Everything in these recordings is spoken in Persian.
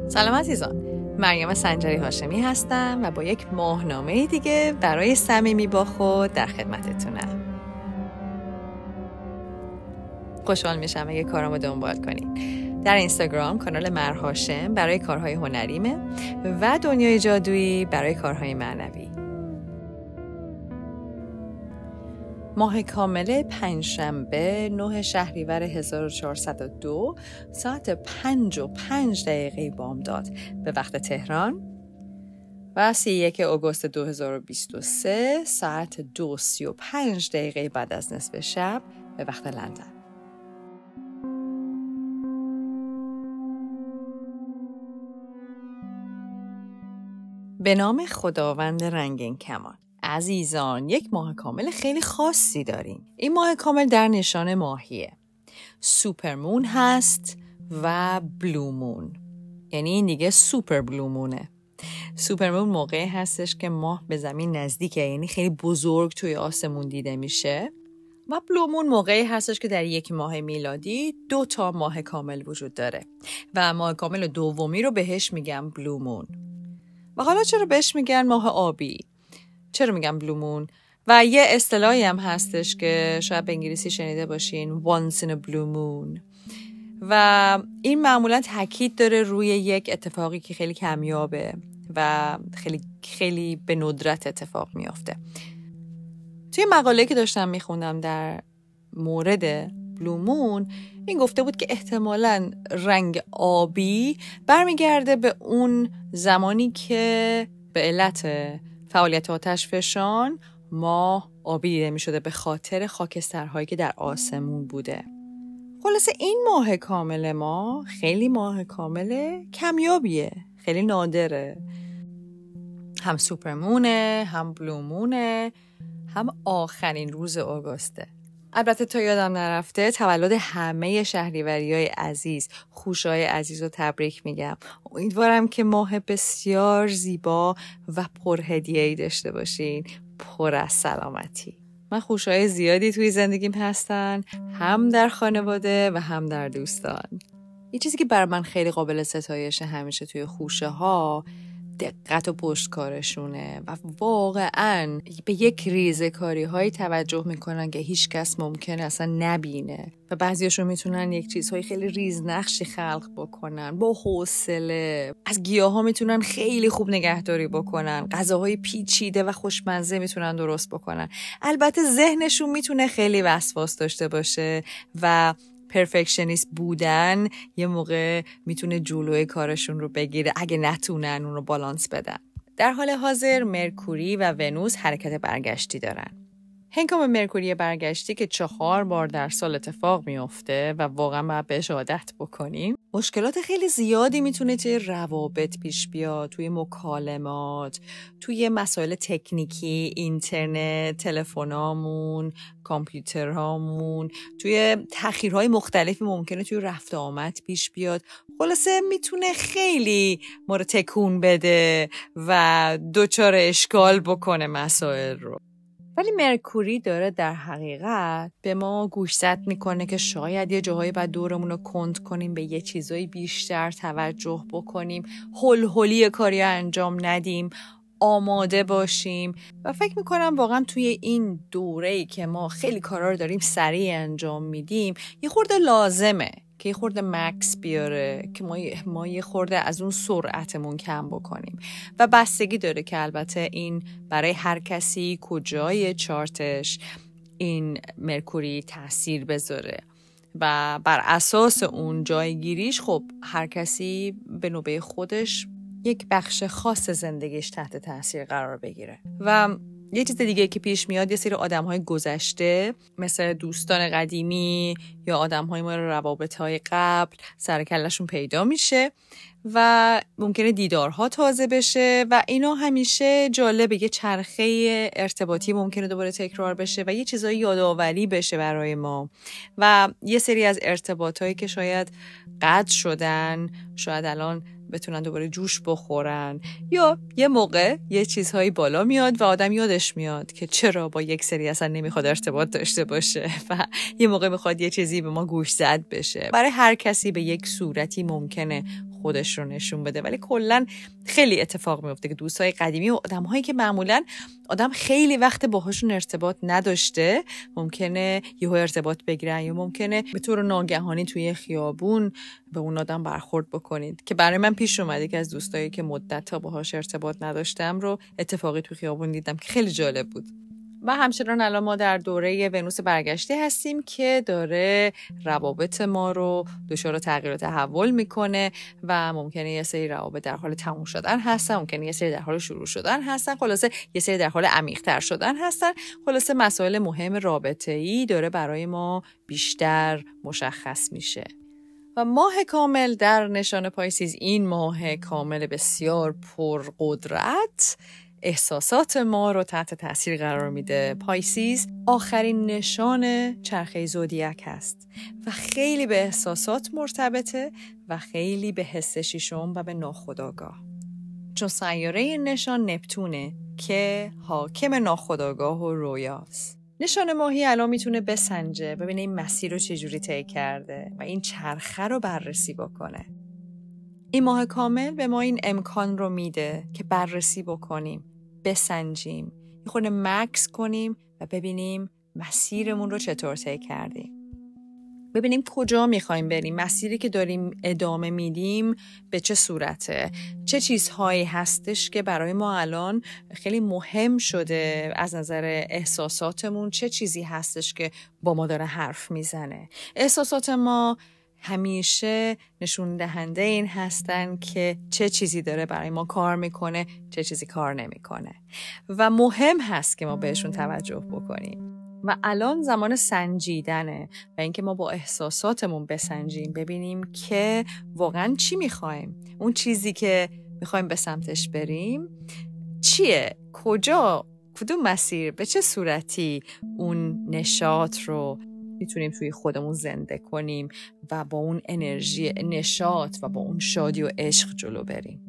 سلام عزیزان، مریم سنجری هاشمی هستم و با یک ماهنامه دیگه برای صمیمی با خود در خدمتتونم. خوشحال میشم اگه کارامو دنبال کنید. در اینستاگرام کانال مرهاشم برای کارهای هنریمه و دنیای جادویی برای کارهای معنوی. ماه کامل پنجشنبه 9 شهریور 1402 ساعت 5:05 بامداد به وقت تهران و 31 آگوست 2023 ساعت 2:35 بعد از نصف شب به وقت لندن. به نام خداوند رنگین کمان. عزیزان، یک ماه کامل خیلی خاصی داریم. این ماه کامل در نشان ماهیه. سوپرمون هست و بلومون. یعنی این دیگه سوپر بلومونه. سوپرمون موقعی هستش که ماه به زمین نزدیکه، یعنی خیلی بزرگ توی آسمون دیده میشه. و بلومون موقعی هستش که در یک ماه میلادی 2 ماه کامل وجود داره. و ماه کامل دومی رو بهش میگن بلومون. و حالا چرا بهش میگن ماه آبی؟ چرا میگم بلومون؟ و یه اصطلاحی هم هستش که شاید به انگلیسی شنیده باشین، once in a blue moon. و این معمولا تاکید داره روی یک اتفاقی که خیلی کمیابه و خیلی خیلی به ندرت اتفاق میافته. توی مقاله‌ای که داشتم میخوندم در مورد بلومون این گفته بود که احتمالاً رنگ آبی برمیگرده به اون زمانی که به علت فعالیت آتشفشان ماه آبی دیده می شده به خاطر خاکسترهایی که در آسمون بوده. خلاصه این ماه کامل ما خیلی ماه کامل کمیابیه، خیلی نادره. هم سوپرمونه، هم بلومونه، هم آخرین روز آگوسته. البته تا یادم نرفته تولد همه شهریوریای عزیز، خوشای عزیز رو تبریک میگم. امیدوارم که ماه بسیار زیبا و پرهدیه‌ای داشته باشین، پر از سلامتی. من خوشای زیادی توی زندگیم هستن، هم در خانواده و هم در دوستان. یه چیزی که برای من خیلی قابل ستایشه همیشه توی خوشه ها دقت و پشتکارشونه و واقعاً به یک ریزه‌کاری های توجه میکنن که هیچ کس ممکنه اصلا نبینه و بعضیاشون میتونن یک چیزهای خیلی ریزنقشی خلق بکنن با حوصله. از گیاها میتونن خیلی خوب نگهداری بکنن، غذاهای پیچیده و خوشمزه میتونن درست بکنن. البته ذهنشون میتونه خیلی وسواس داشته باشه و پرفکشنیست بودن یه موقع میتونه جلوی کارشون رو بگیره اگه نتونن اون رو بالانس بدن. در حال حاضر مرکوری و ونوس حرکت برگشتی دارن. هنگام مرکوری برگشتی که 4 بار در سال اتفاق میفته و واقعا باید بهش عادت بکنیم، مشکلات خیلی زیادی میتونه توی روابط پیش بیاد، توی مکالمات، توی مسائل تکنیکی، اینترنت، تلفنامون، کامپیوترهامون، توی تأخیرهای مختلفی ممکنه توی رفت آمد پیش بیاد. خلاصه میتونه خیلی ما رو تکون بده و دچار اشکال بکنه مسائل رو. ولی مرکوری داره در حقیقت به ما گوشزد میکنه که شاید یه جاهایی باید دورمون رو کند کنیم، به یه چیزایی بیشتر توجه بکنیم، هول کاری انجام ندیم، آماده باشیم. و فکر میکنم واقعا توی این دوره‌ای که ما خیلی کارا رو داریم سریع انجام میدیم یه خورده لازمه که یه خورده مکس بیاره که ما یه خورده از اون سرعتمون کم بکنیم. و بستگی داره که البته این برای هر کسی کجای چارتش این مرکوری تأثیر بذاره و بر اساس اون جایگیریش خب هر کسی به نوبه خودش یک بخش خاص زندگیش تحت تأثیر قرار بگیره. و یه چیز دیگه که پیش میاد، یه سری آدم‌های گذشته مثل دوستان قدیمی یا آدم‌های ما روابط‌های قبل سر کله‌شون پیدا میشه و ممکنه دیدارها تازه بشه و اینا همیشه جالبه. یه چرخه ارتباطی ممکنه دوباره تکرار بشه و یه چیزای یادآوری بشه برای ما و یه سری از ارتباطایی که شاید قطع شدن شاید الان بتونن دوباره جوش بخورن، یا یه موقع یه چیزهایی بالا میاد و آدم یادش میاد که چرا با یک سری اصلا نمیخواد ارتباط داشته باشه و یه موقع میخواد یه چیزی به ما گوش زد بشه. برای هر کسی به یک صورتی ممکنه خودش رو نشون بده، ولی کلا خیلی اتفاق میفته که دوستای قدیمی و آدم‌هایی که معمولاً آدم خیلی وقت باهاشون ارتباط نداشته ممکنه یهو ارتباط بگیرن، یا ممکنه به طور ناگهانی توی خیابون به اون آدم برخورد بکنید، که برای من پیش اومده که از دوستایی که مدت‌ها باهاش ارتباط نداشتم رو اتفاقی توی خیابون دیدم که خیلی جالب بود. و همچنان الان ما در دوره ونوس برگشته هستیم که داره روابط ما رو دچار تغییر و تحول میکنه و ممکنه یه سری روابط در حال تموم شدن هستن، ممکنه یه سری در حال شروع شدن هستن، خلاصه یه سری در حال عمیق‌تر شدن هستن. خلاصه مسائل مهم رابطه‌ای داره برای ما بیشتر مشخص میشه. و ماه کامل در نشان پایسیز، این ماه کامل بسیار پرقدرت، احساسات ما رو تحت تاثیر قرار میده. پایسیز آخرین نشان چرخه زودیاک هست و خیلی به احساسات مرتبطه و خیلی به حس ششم و به ناخودآگاه، چون سیاره این نشان نپتونه که حاکم ناخودآگاه و رویاست. نشان ماهی الان میتونه بسنجه، ببینه این مسیر رو چجوری طی کرده و این چرخه رو بررسی بکنه. این ماه کامل به ما این امکان رو میده که بررسی بکنیم، بسنجیم، یه خورده مکس کنیم و ببینیم مسیرمون رو چطور طی کردیم. ببینیم کجا میخوایم بریم، مسیری که داریم ادامه میدیم به چه صورته، چه چیزهایی هستش که برای ما الان خیلی مهم شده از نظر احساساتمون، چه چیزی هستش که با ما داره حرف میزنه. احساسات ما همیشه نشون دهنده این هستن که چه چیزی داره برای ما کار میکنه، چه چیزی کار نمیکنه و مهم هست که ما بهشون توجه بکنیم. و الان زمان سنجیدنه و اینکه ما با احساساتمون بسنجیم، ببینیم که واقعا چی میخوایم، اون چیزی که میخوایم به سمتش بریم چیه، کجا، کدوم مسیر، به چه صورتی اون نشاط رو میتونیم توی خودمون زنده کنیم و با اون انرژی نشاط و با اون شادی و عشق جلو بریم.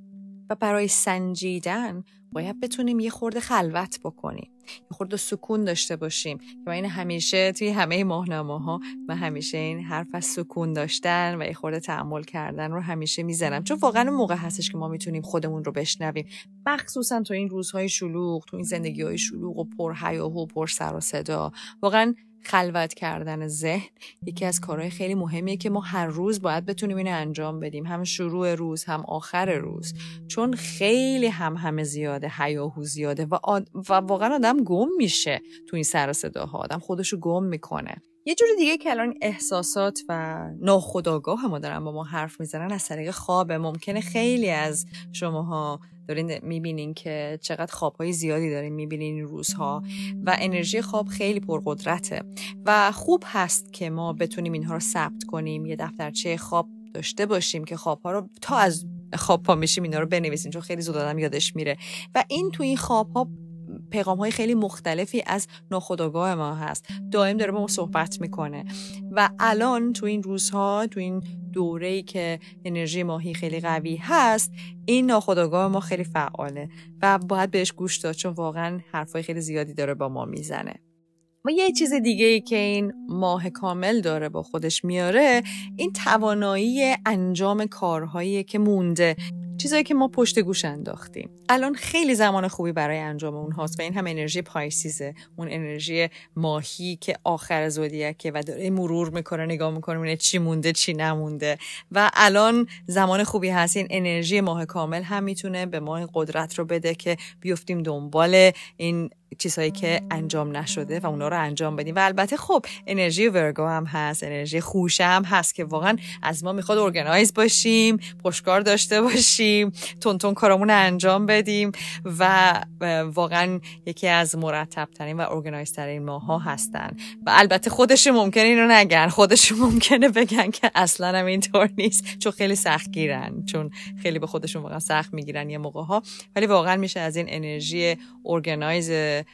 و برای سنجیدن باید بتونیم یه خورده خلوت بکنیم، یه خورده سکون داشته باشیم. و این همیشه توی همه ماهنامه‌ها من همیشه این حرف از سکون داشتن و یه خورده تأمل کردن رو همیشه میزنم، چون واقعا اون موقع هستش که ما میتونیم خودمون رو بشنویم، مخصوصا تو این روزهای شلوغ، تو این زندگی‌های شلوغ و پر هیاهو و پر سر و صدا. واقعا خلوت کردن ذهن یکی از کارهای خیلی مهمیه که ما هر روز باید بتونیم اینو انجام بدیم، هم شروع روز هم آخر روز، چون خیلی همه زیاده، هیاهو زیاده و واقعا آدم گم میشه تو این سر و صداها، آدم خودشو گم میکنه. یه جور دیگه که الان احساسات و ناخودآگاه ما دارن با ما حرف میزنن از طریق خوابه. ممکنه خیلی از شماها دارین میبینین که چقدر خوابهای زیادی دارین میبینین این روزها و انرژی خواب خیلی پرقدرته و خوب هست که ما بتونیم اینها رو ثبت کنیم، یه دفترچه خواب داشته باشیم که خوابها رو تا از خواب پا میشیم اینا رو بنویسیم، چون خیلی زود آدم یادش میره. و این تو این خوابها پیغام‌های خیلی مختلفی از ناخودآگاه ما هست، دائم داره با ما صحبت میکنه. و الان تو این روزها، تو این دوره‌ای که انرژی ماهی خیلی قوی هست، این ناخودآگاه ما خیلی فعاله و باید بهش گوش داد، چون واقعا حرفای خیلی زیادی داره با ما میزنه. و یه چیز دیگه‌ای که این ماه کامل داره با خودش میاره، این توانایی انجام کارهایی که مونده، چیزایی که ما پشت گوش انداختیم. الان خیلی زمان خوبی برای انجام اونهاست و این هم انرژی پایسیزه، اون انرژی ماهی که آخر زودیاکه و داره مرور میکنه، نگاه میکنه ببینه چی مونده چی نمونده. و الان زمان خوبی هست. این انرژی ماه کامل هم میتونه به ما این قدرت رو بده که بیفتیم دنبال این چیزهایی که انجام نشده و اونا رو انجام بدیم. و البته خب انرژی ورگو هم هست، انرژی خوشه هم هست که واقعا از ما میخواد ارگنایز باشیم، پشتکار داشته باشیم، تون کارامون انجام بدیم و واقعا یکی از مرتب ترین و ارگنایز ترین ماها هستن. و البته خودش ممکنه اینو نگن، خودش ممکنه بگن که اصلا هم اینطور نیست، چون خیلی سخت گیرن، چون خیلی به خودشون واقعا سخت میگیرن یه موقع ها، ولی واقعا میشه از این انرژی ارگنایز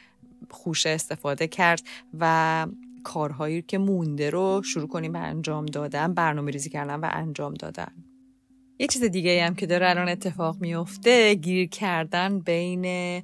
خوشه استفاده کرد و کارهایی که مونده رو شروع کنیم به انجام دادن، برنامه‌ریزی کردن و انجام دادن. یه چیز دیگه هم که داره الان اتفاق میفته، گیر کردن بین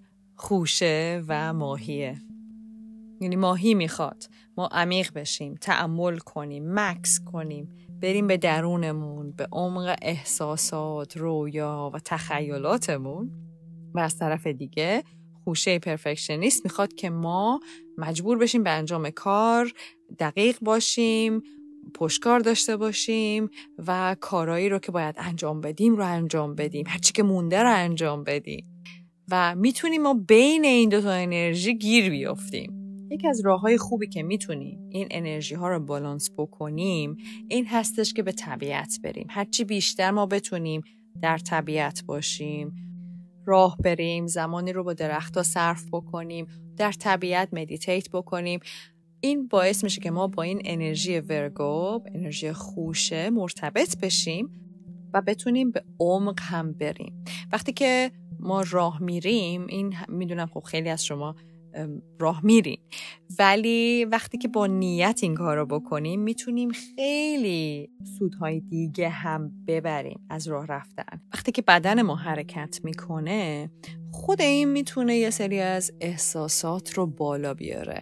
خوشه و ماهیه. یعنی ماهی میخواد ما عمیق بشیم، تأمل کنیم، مکس کنیم، بریم به درونمون، به عمق احساسات، رویا و تخیلاتمون. و از طرف دیگه خوشه پرفکشنیست میخواد که ما مجبور بشیم به انجام کار، دقیق باشیم، پشتکار داشته باشیم و کارهایی رو که باید انجام بدیم رو انجام بدیم، هرچی که مونده رو انجام بدیم. و میتونیم ما بین این دوتا انرژی گیر بیافتیم. یکی از راه‌های خوبی که میتونیم این انرژی ها رو بالانس بکنیم این هستش که به طبیعت بریم. هرچی بیشتر ما بتونیم در طبیعت باشیم، راه بریم، زمانی رو با درخت‌ها صرف بکنیم، در طبیعت مدیتیت بکنیم، این باعث میشه که ما با این انرژی ورگو، انرژی خوشه مرتبط بشیم و بتونیم به عمق هم بریم. وقتی که ما راه میریم، این میدونم خب خیلی از شما راه میرین، ولی وقتی که با نیت این کار رو بکنیم میتونیم خیلی سودهای دیگه هم ببریم از راه رفتن. وقتی که بدن ما حرکت میکنه، خود این میتونه یه سری از احساسات رو بالا بیاره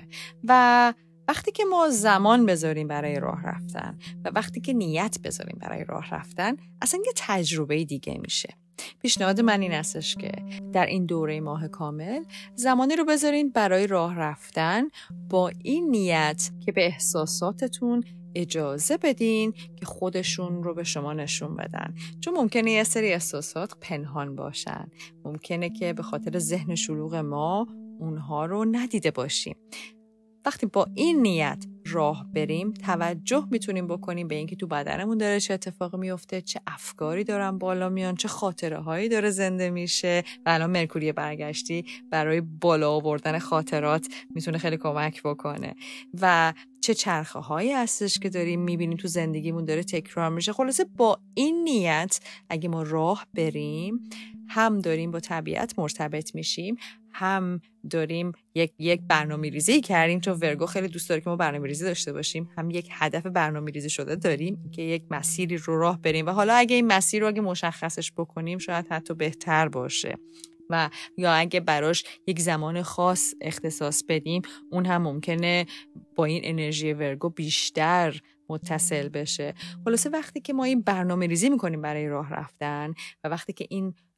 و وقتی که ما زمان بذاریم برای راه رفتن و وقتی که نیت بذاریم برای راه رفتن، اصلا یه تجربه دیگه میشه. پیشنهاد من این هستش که در این دوره ماه کامل زمانی رو بذارین برای راه رفتن با این نیت که به احساساتتون اجازه بدین که خودشون رو به شما نشون بدن، چون ممکنه یه سری احساسات پنهان باشن، ممکنه که به خاطر ذهن شلوغ ما اونها رو ندیده باشیم. وقتی با این نیت راه بریم، توجه میتونیم بکنیم به اینکه تو بدنمون داره چه اتفاقی میفته، چه افکاری دارن بالا میان، چه خاطره هایی داره زنده میشه. و الان مرکوری برگشتی برای بالا آوردن خاطرات میتونه خیلی کمک بکنه و چه چرخه هایی هستش که داریم میبینیم تو زندگیمون داره تکرار میشه. خلاصه با این نیت اگه ما راه بریم، هم داریم با طبیعت مرتبط میشیم، هم داریم یک برنامه‌ریزی کردیم، چون ورگو خیلی دوست داره که ما برنامه‌ریزی داشته باشیم، هم یک هدف برنامه‌ریزی شده داریم که یک مسیری رو راه بریم و حالا اگه این مسیر رو اگه مشخصش بکنیم شاید حتی بهتر باشه و یا اگه براش یک زمان خاص اختصاص بدیم، اون هم ممکنه با این انرژی ورگو بیشتر متصل بشه. خلاصه وقتی که ما این برنامه ریزی میکنیم برای راه رفتن و وقتی که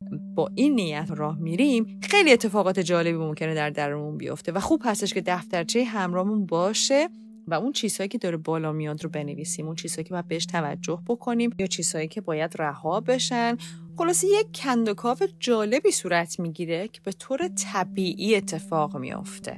با این نیت راه میریم، خیلی اتفاقات جالبی ممکنه در درونمون بیفته و خوب هستش که دفترچه همراهمون باشه و اون چیزهایی که داره بالا میاد رو بنویسیم، اون چیزهایی که باید بهش توجه بکنیم یا چیزهایی که باید رها بشن. خلاصه یک کندوکاو جالبی صورت میگیره که به طور طبیعی اتفاق میفته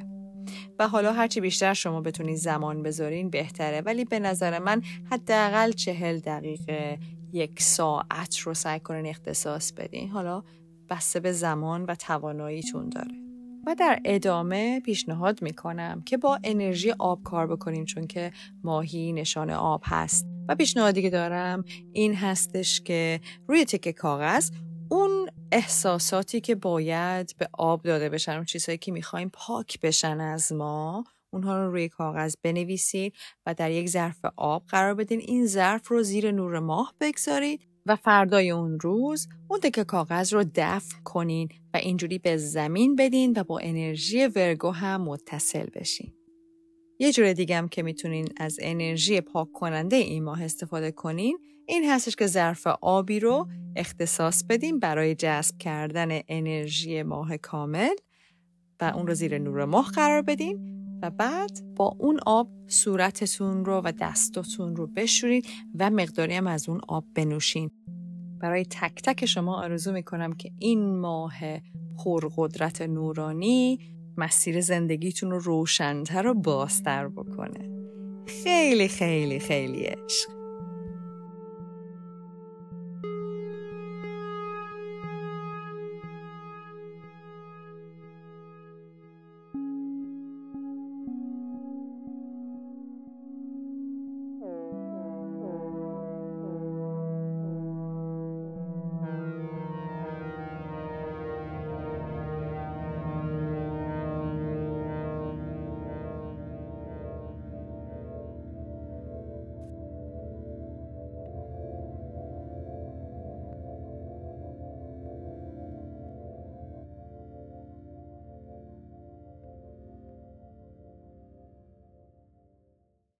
و حالا هرچی بیشتر شما بتونید زمان بذارین بهتره، ولی به نظر من حداقل 40 دقیقه 1 ساعت رو سعی کنین اختصاص بدین، حالا بسته به زمان و تواناییتون داره. و در ادامه پیشنهاد میکنم که با انرژی آب کار بکنیم، چون که ماهی نشان آب هست. و پیشنهادی که دارم این هستش که روی تکه کاغذ اون احساساتی که باید به آب داده بشن، اون چیزهایی که میخوایم پاک بشن از ما، اونها رو روی کاغذ بنویسید و در یک ظرف آب قرار بدین. این ظرف رو زیر نور ماه بگذارید و فردای اون روز اون تکه کاغذ رو دفن کنین و اینجوری به زمین بدین و با انرژی ورگو هم متصل بشین. یه جور دیگه هم که میتونین از انرژی پاک کننده این ماه استفاده کنین این هستش که ظرف آبی رو اختصاص بدین برای جذب کردن انرژی ماه کامل و اون رو زیر نور ماه قرار بدین و بعد با اون آب صورتتون رو و دستاتون رو بشورین و مقداری هم از اون آب بنوشین. برای تک تک شما آرزو میکنم که این ماه پرقدرت نورانی مسیر زندگیتون رو روشن‌تر و بازتر بکنه. خیلی خیلی خیلی عشق.